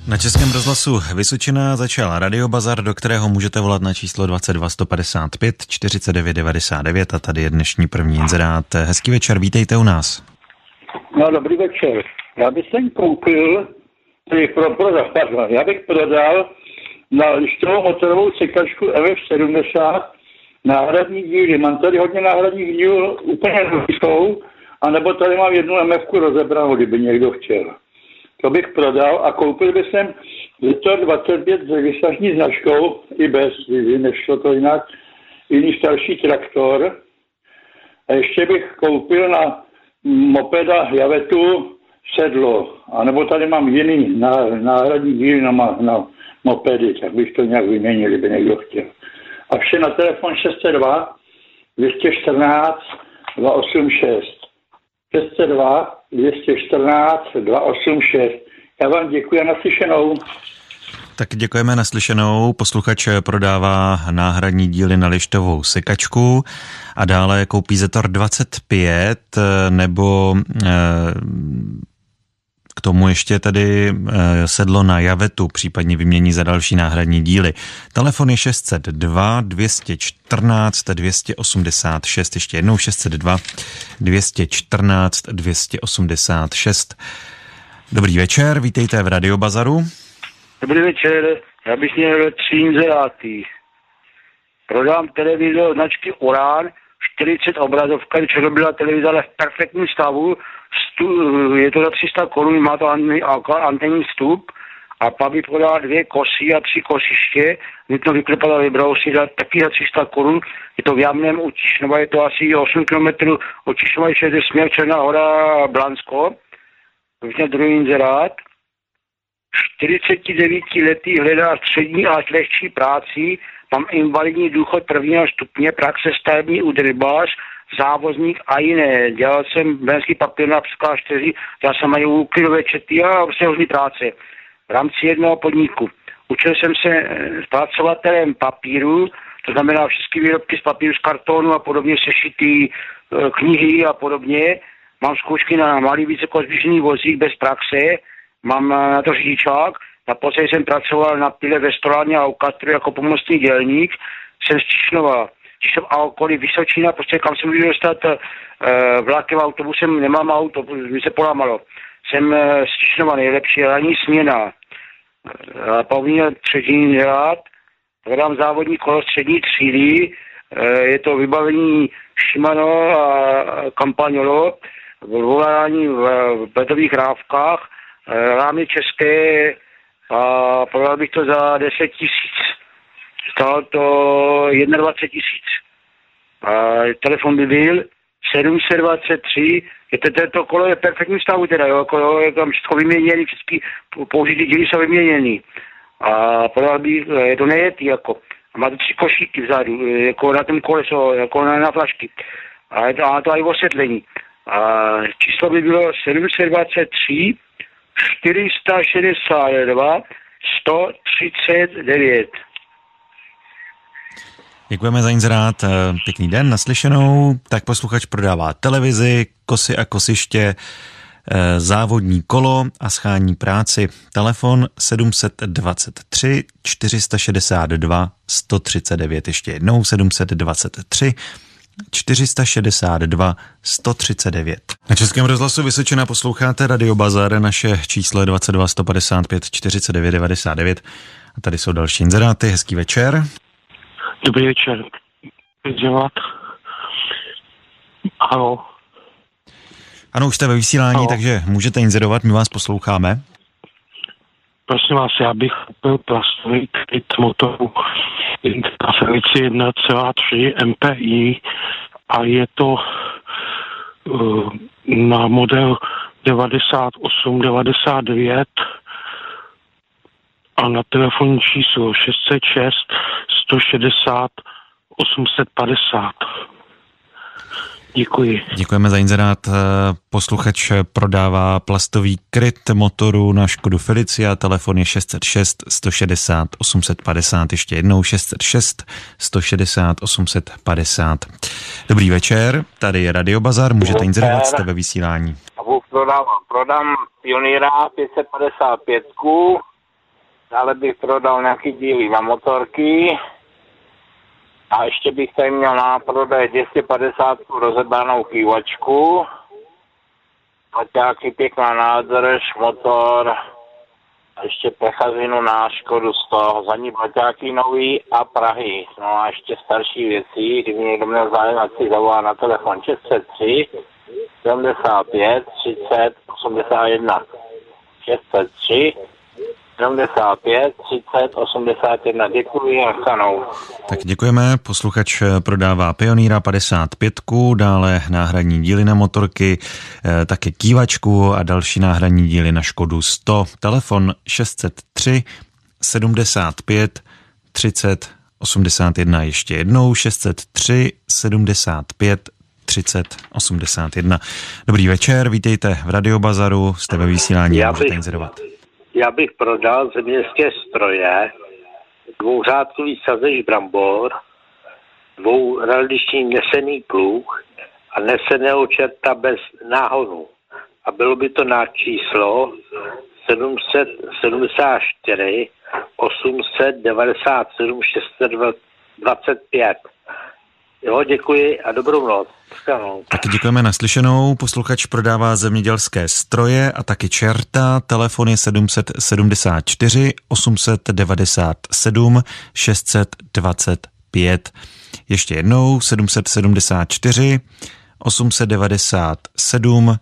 Na Českém rozhlasu Vysočina začal Radiobazar, do kterého můžete volat na číslo 22 155 49 99 a tady je dnešní první inzerát. Hezký večer, vítejte u nás. No, dobrý večer. Já bych koupil, já bych prodal na lištovou motorovou sekačku FF70 náhradní díly. Mám tady hodně náhradních dílů úplně novou, anebo tady mám jednu MF-ku rozebranou, kdyby někdo chtěl. To bych prodal a koupil bych jsem Vitor 25 s registrační značkou, i bez, nešlo to jinak, jiný starší traktor. A ještě bych koupil na mopeda Javetu sedlo. A nebo tady mám jiný náhradní díl na mopedy, tak bych to nějak vyměnil, kdyby někdo chtěl. A vše na telefon 602 214 286. 602 214 286. Já vám děkuji a naslyšenou. Tak děkujeme naslyšenou. Posluchač prodává náhradní díly na lištovou sekačku a dále koupí Zetor 25 nebo k tomu ještě tady sedlo na Javetu, případně vymění za další náhradní díly. Telefon je 602 214 286, ještě jednou 602 214 286. Dobrý večer, vítejte v Radiobazaru. Dobrý večer, já bych měl 3 inzeráty. Prodám televizor značky Orán, 40 obrazovka, černobílá televize v perfektním stavu, je to za 300 korun, má to antenní vstup a pak by prodal 2 kosy a 3 kosiště, nutno vyklepat a vybral si taky za 300 korun, je to v Jamném u Tišnova, je to asi 8 km od Tišnova, je směr Černá Hora Blansko. To bych měl druhý inzerát. 49letý hledá střední a lehčí práci, mám invalidní důchod prvního stupně, praxe stavební údržbář, závozník a jiné. Dělal jsem benský papír na psychá 4, dělal jsem mají úklidové čety a různý práce v rámci jednoho podniku. Učil jsem se zpracovatelem papíru, to znamená všechny výrobky z papíru, z kartonu a podobně, sešitý knihy a podobně. Mám zkoušky na malý vícekozběžný vozík bez praxe, mám na to řidičák, naposledy jsem pracoval na pile ve Stolárně a u Katru jako pomocný dělník, jsem z Tišnova a okolí Vysočina, prostě kam jsem můžu dostat vlakem, autobusem, nemám auto, mi se polámalo. Jsem z Tišnova nejlepší, ranní směna. A povím třetí rád, hledám závodní kolo střední třídy, je to vybavení Shimano a Campagnolo, volání v bedových rávkách, rámy české a prodal bych to za 10 000. Stalo to 21 000. A telefon by byl 723, to kolo je perfektní stavu teda, jo, jako je tam všechno vyměněný, všechny použitý díly jsou vyměněný. A prodal bych, je to nejetý, jako. A má to 3 košíky vzadu, jako na tom koleso, jako na flašky. A je to, má to i osvětlení. A číslo by bylo 723 462 139. Děkujeme za inzerát, pěkný den, naslyšenou. Tak posluchač prodává televizi, kosy a kosiště, závodní kolo a schání práci. Telefon 723 462 139, ještě jednou 723 462 139. Na Českém rozhlasu Vysočina posloucháte Radiobazar, naše číslo je 22 155 49 99 a tady jsou další inzeráty. Hezký večer. Dobrý večer. Dělat. Ahoj. Ano, už jste ve vysílání, takže můžete inzerovat, my vás posloucháme. Prosím vás, já bych koupil plastový kryt motoru na Felici 1,3 MPI a je to na model 9899 a na telefonní číslo 606 160 850. Děkuji. Děkujeme za inzerát. Posluchač prodává plastový kryt motoru na Škodu Felicia. Telefon je 606 160 850. Ještě jednou 606 160 850. Dobrý večer, tady je Radiobazar. Můžete inzerovat, jste ve vysílání. Prodám Pioneera 555 Dále bych prodal nějaký díly na motorky. A ještě bych tady měl na prodej 250 rozebranou kývačku. Baťáky, pěkná nádrž, motor. A ještě plechazinu na Škodu 100. Zadní baťáky nový a Prahy. No a ještě starší věci. Kdyby někdo měl zájem, ať si zavolá na telefon 603 75 30 81. 603 75 30 81. Děkuji a stanou. Tak děkujeme. Posluchač prodává Pionýra 55, dále náhradní díly na motorky, také kývačku a další náhradní díly na Škodu 100. Telefon 603 75 30 81. Ještě jednou 603 75 30 81. Dobrý večer, vítejte v Radiobazaru, jste ve vysílání, můžete inzerovat. Já bych prodal zemědělské stroje, dvouřádkový sazeč brambor, dvouradliční nesený plug a neseného čerta bez náhonu. A bylo by to na číslo 774 897 625. Jo, děkuji a dobrou noc. Taky děkujeme naslyšenou. Posluchač prodává zemědělské stroje a taky čerta. Telefon je 774 897 625. Ještě jednou 774 897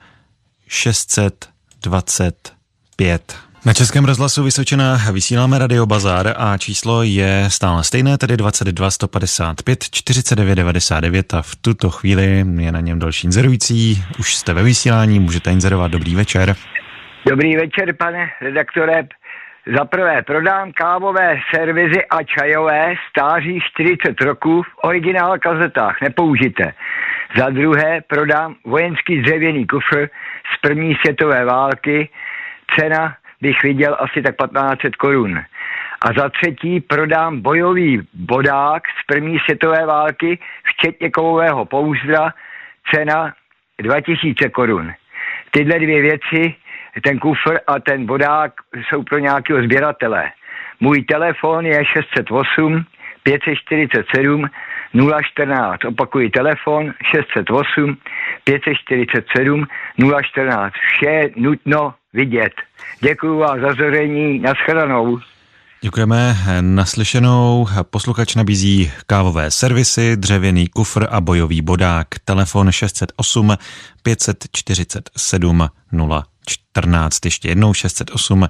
625. Na Českém rozhlasu Vysočina vysíláme Radiobazar a číslo je stále stejné, tedy 22 155 49 99 a v tuto chvíli je na něm další inzerující. Už jste ve vysílání, můžete inzerovat. Dobrý večer. Dobrý večer, pane redaktore. Za prvé prodám kávové servisy a čajové stáří 40 roků v originál kazetách, nepoužité. Za druhé prodám vojenský dřevěný kufr z první světové války, cena bych viděl asi tak 1500 korun. A za třetí prodám bojový bodák z první světové války, včetně kovového pouzdra, cena 2000 korun. Tyhle dvě věci, ten kufr a ten bodák, jsou pro nějakého sběratele. Můj telefon je 608 547 014. Opakuji telefon 608 547 014. Vše je nutno vidět. Děkuji vám za zoření. Nashledanou. Děkujeme. Naslyšenou. Posluchač nabízí kávové servisy, dřevěný kufr a bojový bodák. Telefon 608 547 014. Ještě jednou 608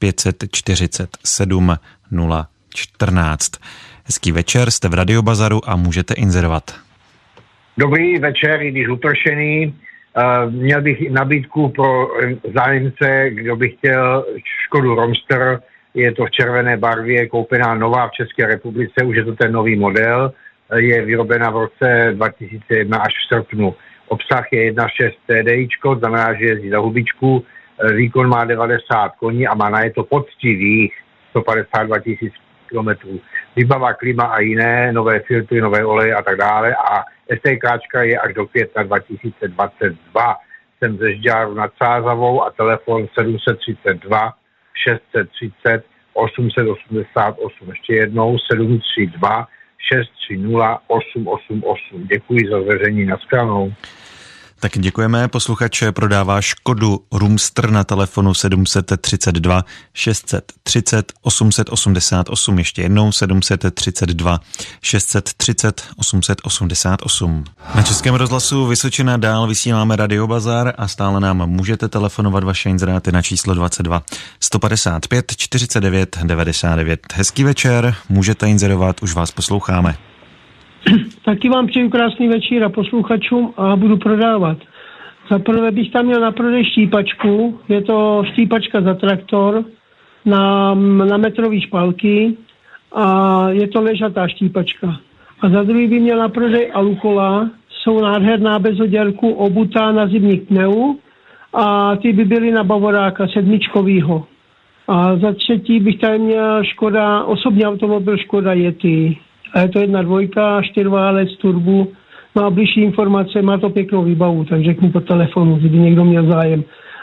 547 014. Hezký večer, jste v Radiobazaru a můžete inzerovat. Dobrý večer, i když upršený. Měl bych nabídku pro zájemce, kdo by chtěl Škodu Romster. Je to v červené barvě, koupená nová v České republice, už je to ten nový model. Je vyrobena v roce 2001 až v srpnu. Obsah je 1.6 TDIčko, znamená, že jezdí za hubičku. Výkon má 90 koní a má najeto poctivých 152 000 kilometrů. Vybava klima a jiné, nové filtry, nové oleje a tak dále. A STKčka je až do května 2022. Jsem ze Žďáru nad Sázavou a telefon 732 630 888. Ještě jednou 732 630 888. Děkuji za zveřejnění. Nashledanou. Tak děkujeme. Posluchač prodává Škodu Roomster na telefonu 732 630 888. Ještě jednou 732 630 888. Na Českém rozhlasu Vysočina dál vysíláme Radiobazar a stále nám můžete telefonovat vaše inzeráty na číslo 22 155 49 99. Hezký večer, můžete inzerovat, už vás posloucháme. Taky vám přeju krásný večer a posluchačům a budu prodávat. Za prvé bych tam měl na prodej štípačku, je to štípačka za traktor na metrové špalky a je to ležatá štípačka. A za druhý bych měl na prodej alukola, jsou nádherná bez oděrku, obutá na zimní pneu a ty by byly na Bavoráka 7. A za třetí bych tady měl Škoda, osobní automobil Škoda Yeti. A je to 1.2, 4válec, turbu. No a blížší informace, má to pěknou výbavu, tak řekni po telefonu, kdyby někdo měl zájem.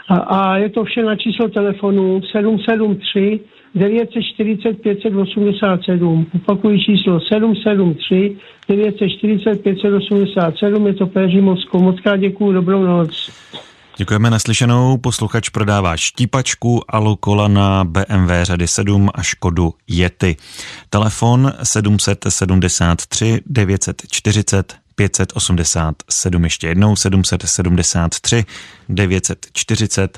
A je to vše na číslo telefonu 773 940 587. Opakuji číslo 773 940 587. Je to Péřimovsko. Moc krát děkuju, dobrou noc. Děkujeme, naslyšenou. Posluchač prodává štípačku Alukola na BMW řady 7 a Škodu Yeti. Telefon 773 940 587. Ještě jednou 773 940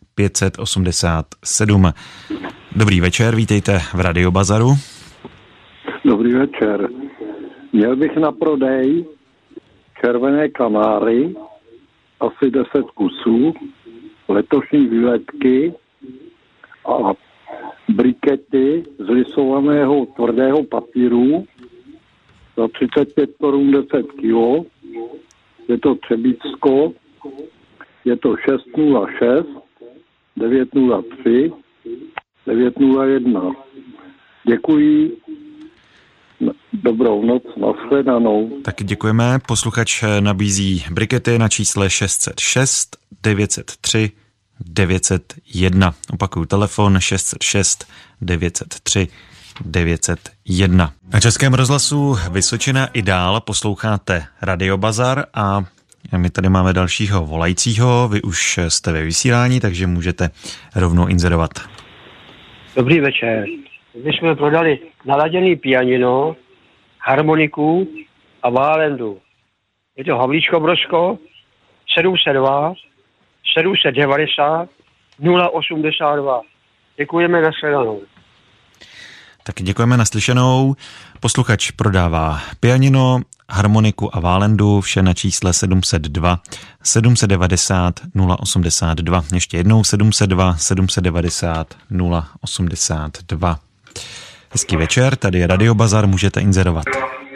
587. Dobrý večer, vítejte v Radiobazaru. Dobrý večer. Měl bych na prodej červené kanáry, asi 10 kusů, letošní výletky a brikety z lisovaného tvrdého papíru za 35 korun 10 kg. Je to Třebíčsko, je to 606 903 901. Děkuji. Dobrou noc, nashledanou. Taky děkujeme. Posluchač nabízí brikety na čísle 606 903 901. Opakuju telefon 606 903 901. Na Českém rozhlasu Vysočina i dál posloucháte Radiobazar a my tady máme dalšího volajícího. Vy už jste ve vysílání, takže můžete rovnou inzerovat. Dobrý večer. My jsme prodali naladěný pianino, harmoniku a válendu. Je to Havlíčko Brosko 702 790 082. Děkujeme, nashledanou. Taky děkujeme, naslyšenou. Posluchač prodává pianino, harmoniku a válendu, vše na čísle 702 790 082. Ještě jednou 702 790 082. Hezký večer, tady je Radiobazar, můžete inzerovat.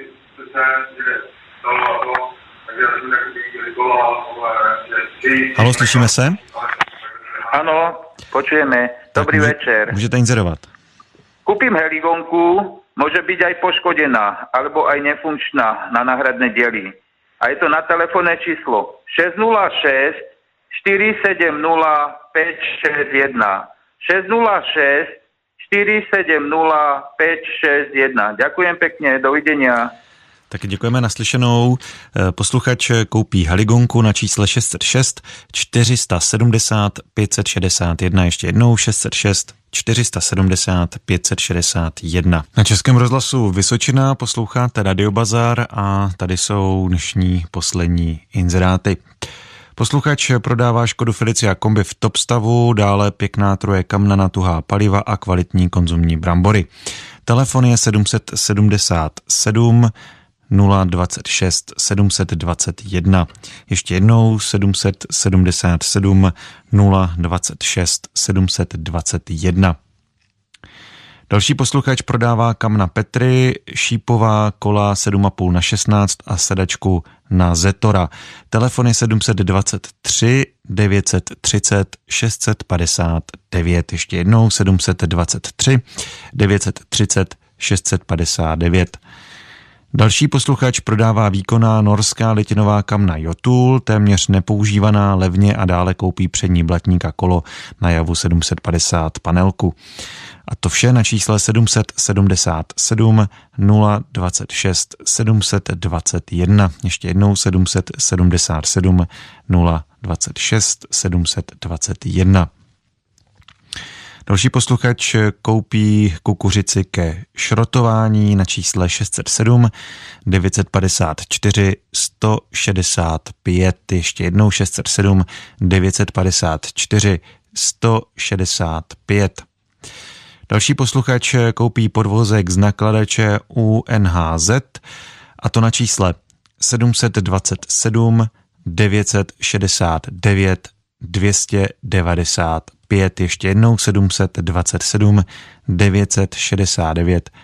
Haló, slyšíme se? Ano, počujeme. Dobrý večer. Můžete inzerovat. Kúpim heligonku, môže byť aj poškodená, alebo aj nefunkčná na náhradné diely. A je to na telefónne číslo 606 470 561. 606 470 561. Ďakujem pekne, dovidenia. Taky děkujeme, naslyšenou. Posluchač koupí heligonku na čísle 606 470 561. Ještě jednou 606 470 561. Na Českém rozhlasu Vysočina posloucháte Radiobazar a tady jsou dnešní poslední inzeráty. Posluchač prodává Škodu Felicia kombi v top stavu, dále pěkná troje kamna, tuhá paliva a kvalitní konzumní brambory. Telefon je 777 026 721. Ještě jednou 777 026 721. Další posluchač prodává kamna Petry, šípová kola 7,5 na 16 a sedačku na Zetora. Telefon je 723 930 659. Ještě jednou 723 930 659. Další posluchač prodává výkonná norská litinová kamna Jotul, téměř nepoužívaná, levně a dále koupí přední blatník a kolo na Javu 750 panelku. A to vše na čísle 777 026 721. Ještě jednou 777 026 721. Další posluchač koupí kukuřici ke šrotování na čísle 607 954 165. Ještě jednou 607 954 165. Další posluchač koupí podvozek z nakladače UNHZ a to na čísle 727 969 295. Ještě jednou 727 969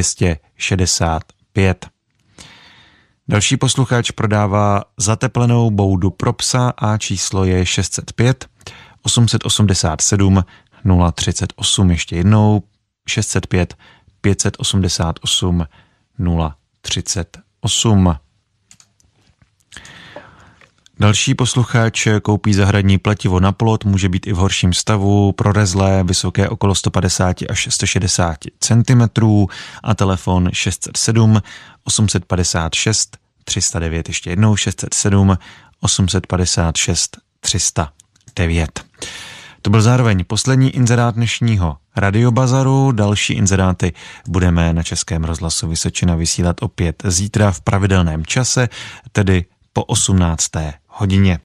265. Další posluchač prodává zateplenou boudu pro psa a číslo je 605 887 038. Ještě jednou 605 588 038. Další posluchač koupí zahradní plativo na plot, může být i v horším stavu, prorezlé, vysoké okolo 150 až 160 cm a telefon 607 856 309, ještě jednou 607 856 309. To byl zároveň poslední inzerát dnešního Radiobazaru. Další inzeráty budeme na Českém rozhlasu Vysočina vysílat opět zítra v pravidelném čase, tedy po 18. hodině.